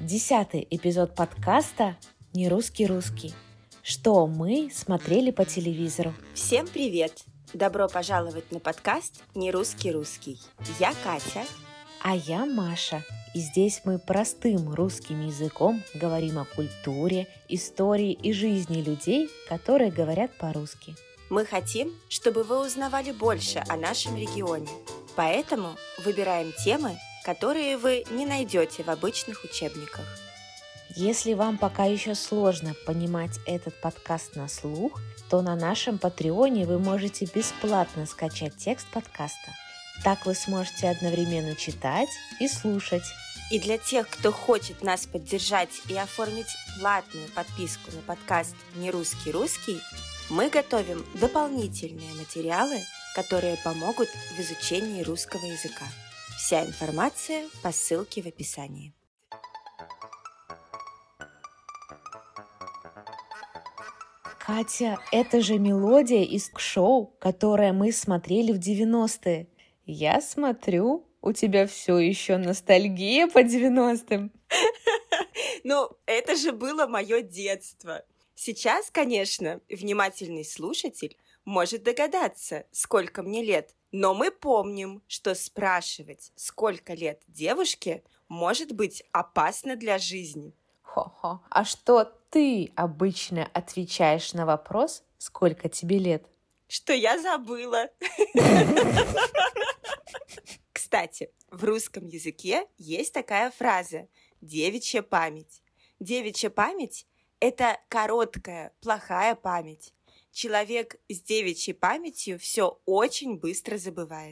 10-й эпизод подкаста «Не русский русский». Что мы смотрели по телевизору. Всем привет! Добро пожаловать на подкаст «Не русский русский». Я Катя. А я Маша. И здесь мы простым русским языком говорим о культуре, истории и жизни людей, которые говорят по-русски. Мы хотим, чтобы вы узнавали больше о нашем регионе. Поэтому выбираем темы, которые вы не найдете в обычных учебниках. Если вам пока еще сложно понимать этот подкаст на слух, то на нашем Патреоне вы можете бесплатно скачать текст подкаста. Так вы сможете одновременно читать и слушать. И для тех, кто хочет нас поддержать и оформить платную подписку на подкаст «Не русский русский», мы готовим дополнительные материалы, которые помогут в изучении русского языка. Вся информация по ссылке в описании. Катя, это же мелодия из шоу, которое мы смотрели в 90-е. Я смотрю, у тебя все еще ностальгия по 90-м. Ну, это же было мое детство. Сейчас, конечно, внимательный слушатель может догадаться, сколько мне лет. Но мы помним, что спрашивать, сколько лет девушке, может быть опасно для жизни. Хо-хо. А что ты обычно отвечаешь на вопрос, сколько тебе лет? Что я забыла. Кстати, в русском языке есть такая фраза «девичья память». Девичья память – это короткая, плохая память. Человек с девичьей памятью все очень быстро забывает.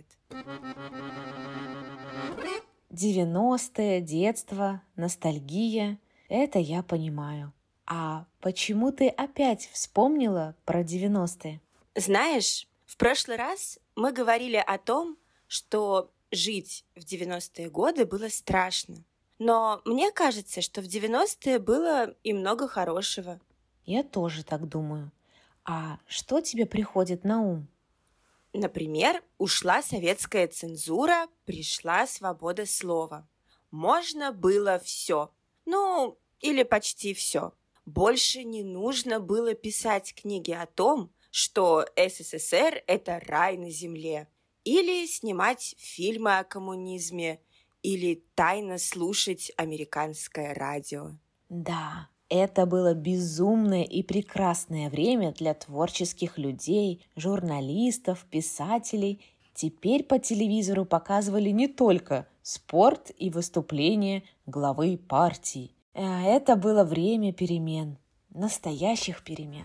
90-е, детство, ностальгия – это я понимаю. А почему ты опять вспомнила про 90-е? Знаешь, в прошлый раз мы говорили о том, что жить в 90-е годы было страшно. Но мне кажется, что в 90-е было и много хорошего. Я тоже так думаю. А что тебе приходит на ум? Например, ушла советская цензура, пришла свобода слова. Можно было все. Ну, или почти все. Больше не нужно было писать книги о том, что СССР – это рай на земле. Или снимать фильмы о коммунизме, или тайно слушать американское радио. Да, это было безумное и прекрасное время для творческих людей, журналистов, писателей. Теперь по телевизору показывали не только спорт и выступления главы партии. Это было время перемен, настоящих перемен.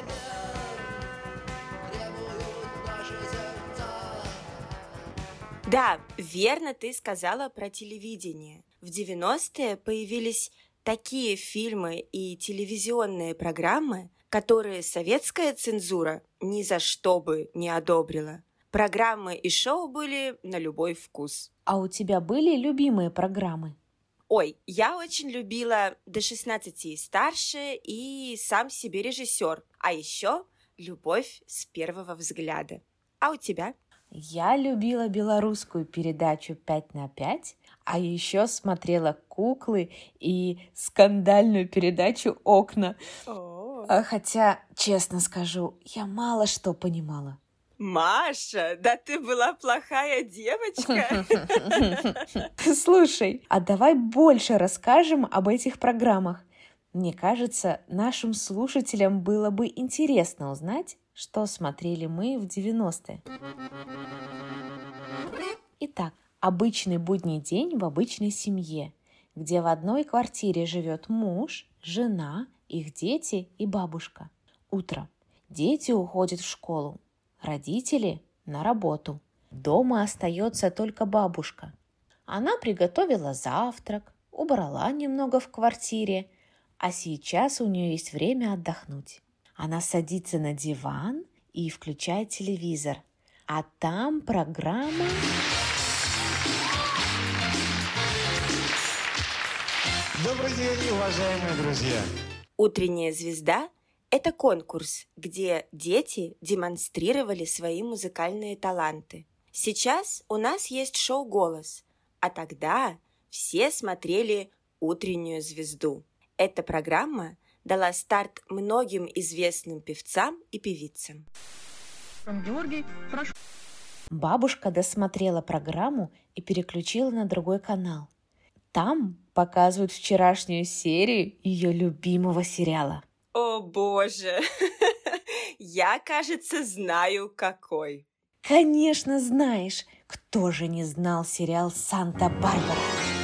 Да, верно ты сказала про телевидение. В 90-е появились такие фильмы и телевизионные программы, которые советская цензура ни за что бы не одобрила. Программы и шоу были на любой вкус. А у тебя были любимые программы? Ой, я очень любила «До 16 и старше» и «Сам себе режиссер», а еще «Любовь с первого взгляда». А у тебя? Я любила белорусскую передачу «5 на 5», а еще смотрела «Куклы» и скандальную передачу «Окна». Хотя, честно скажу, я мало что понимала. Маша, да ты была плохая девочка. Слушай, а давай больше расскажем об этих программах. Мне кажется, нашим слушателям было бы интересно узнать, что смотрели мы в 90-е. Итак, обычный будний день в обычной семье, где в одной квартире живет муж, жена, их дети и бабушка. Утро. Дети уходят в школу, родители на работу. Дома остается только бабушка. Она приготовила завтрак, убрала немного в квартире, а сейчас у нее есть время отдохнуть. Она садится на диван и включает телевизор. А там программа... Добрый день, уважаемые друзья! «Утренняя звезда» – это конкурс, где дети демонстрировали свои музыкальные таланты. Сейчас у нас есть шоу «Голос», а тогда все смотрели «Утреннюю звезду». Эта программа дала старт многим известным певцам и певицам. Георгий, прошу. Бабушка досмотрела программу и переключила на другой канал. Там показывают вчерашнюю серию ее любимого сериала. О боже! Я, кажется, знаю, какой. Конечно, знаешь, кто же не знал сериал «Санта-Барбара»?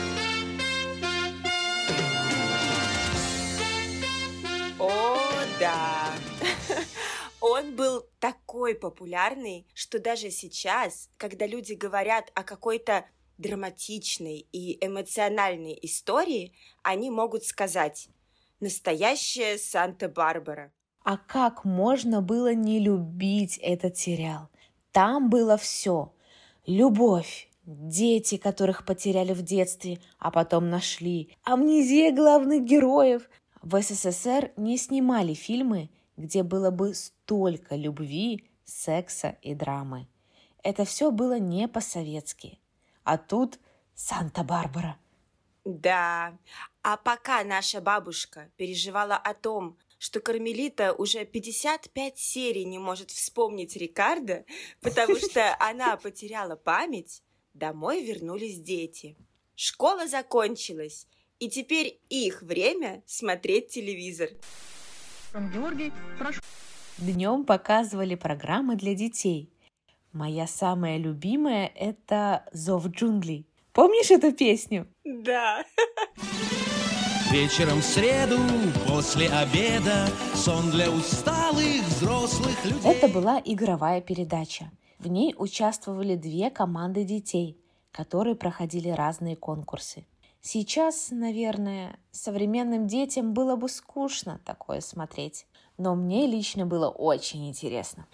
О, да! Он был такой популярный, что даже сейчас, когда люди говорят о какой-то драматичной и эмоциональной истории, они могут сказать «Настоящая Санта-Барбара». А как можно было не любить этот сериал? Там было все. Любовь, дети, которых потеряли в детстве, а потом нашли, амнезия главных героев. В СССР не снимали фильмы, где было бы столько любви, секса и драмы. Это все было не по-советски. А тут Санта-Барбара. Да, а пока наша бабушка переживала о том, что Кармелита уже 55 серий не может вспомнить Рикардо, потому что она потеряла память, домой вернулись дети. Школа закончилась, и теперь их время смотреть телевизор. Георгий, прошу. Днем показывали программы для детей. Моя самая любимая – это «Зов джунглей». Помнишь эту песню? Да. Вечером в среду, после обеда, сон для усталых взрослых людей. Это была игровая передача. В ней участвовали 2 команды детей, которые проходили разные конкурсы. Сейчас, наверное, современным детям было бы скучно такое смотреть, но мне лично было очень интересно.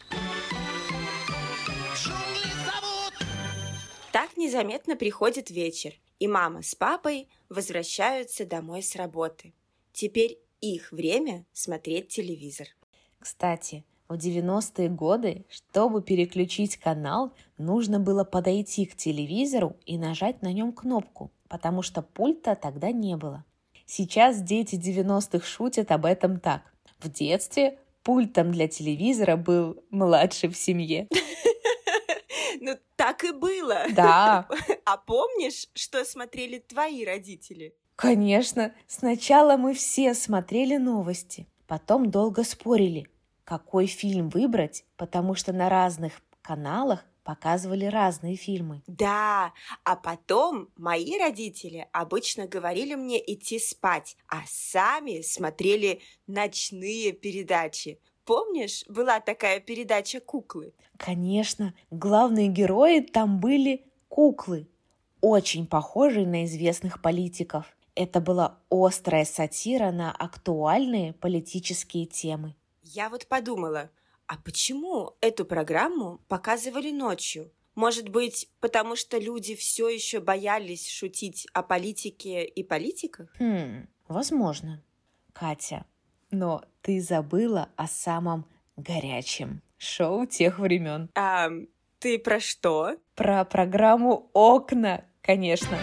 Так незаметно приходит вечер, и мама с папой возвращаются домой с работы. Теперь их время смотреть телевизор. Кстати, в 90-е годы, чтобы переключить канал, нужно было подойти к телевизору и нажать на нем кнопку, потому что пульта тогда не было. Сейчас дети 90-х шутят об этом так. В детстве пультом для телевизора был младший в семье. Ну, так и было. Да. А помнишь, что смотрели твои родители? Конечно, сначала мы все смотрели новости, потом долго спорили, какой фильм выбрать, потому что на разных каналах показывали разные фильмы. Да, а потом мои родители обычно говорили мне идти спать, а сами смотрели ночные передачи. Помнишь, была такая передача «Куклы»? Конечно, главные герои там были куклы, очень похожие на известных политиков. Это была острая сатира на актуальные политические темы. Я вот подумала, а почему эту программу показывали ночью? Может быть, потому что люди все еще боялись шутить о политике и политиках? Возможно. Катя, но ты забыла о самом горячем шоу тех времен. А ты про что? Про программу «Окна», конечно.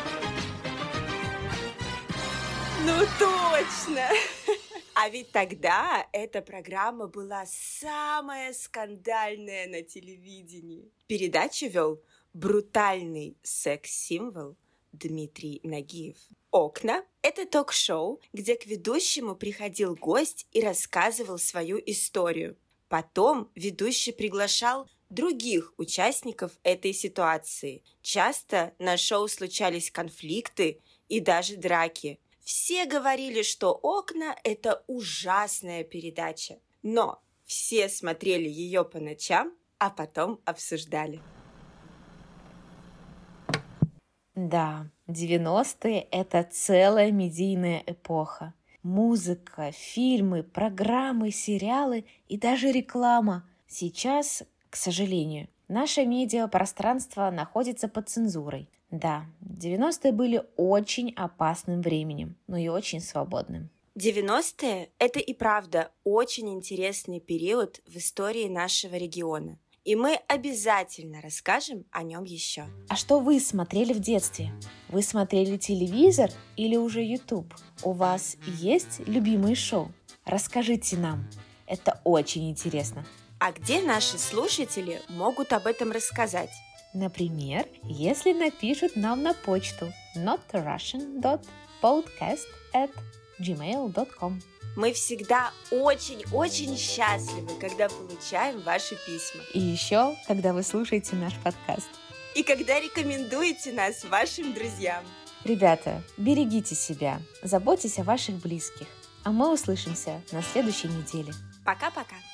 Ну точно! А ведь тогда эта программа была самая скандальная на телевидении. Передачу вел брутальный секс-символ Дмитрий Нагиев. «Окна» — это ток-шоу, где к ведущему приходил гость и рассказывал свою историю. Потом ведущий приглашал других участников этой ситуации. Часто на шоу случались конфликты и даже драки. Все говорили, что «Окна» — это ужасная передача. Но все смотрели ее по ночам, а потом обсуждали. Да, 90-е – это целая медийная эпоха. Музыка, фильмы, программы, сериалы и даже реклама. Сейчас, к сожалению, наше медиапространство находится под цензурой. Да, 90-е были очень опасным временем, но и очень свободным. 90-е – это и правда очень интересный период в истории нашего региона. и мы обязательно расскажем о нем еще. А что вы смотрели в детстве? Вы смотрели телевизор или уже YouTube? У вас есть любимые шоу? Расскажите нам. Это очень интересно. А где наши слушатели могут об этом рассказать? Например, если напишут нам на почту notrussian.podcast@gmail.com. Мы всегда очень-очень счастливы, когда получаем ваши письма. И еще, когда вы слушаете наш подкаст. И когда рекомендуете нас вашим друзьям. Ребята, берегите себя, заботьтесь о ваших близких. А мы услышимся на следующей неделе. Пока-пока.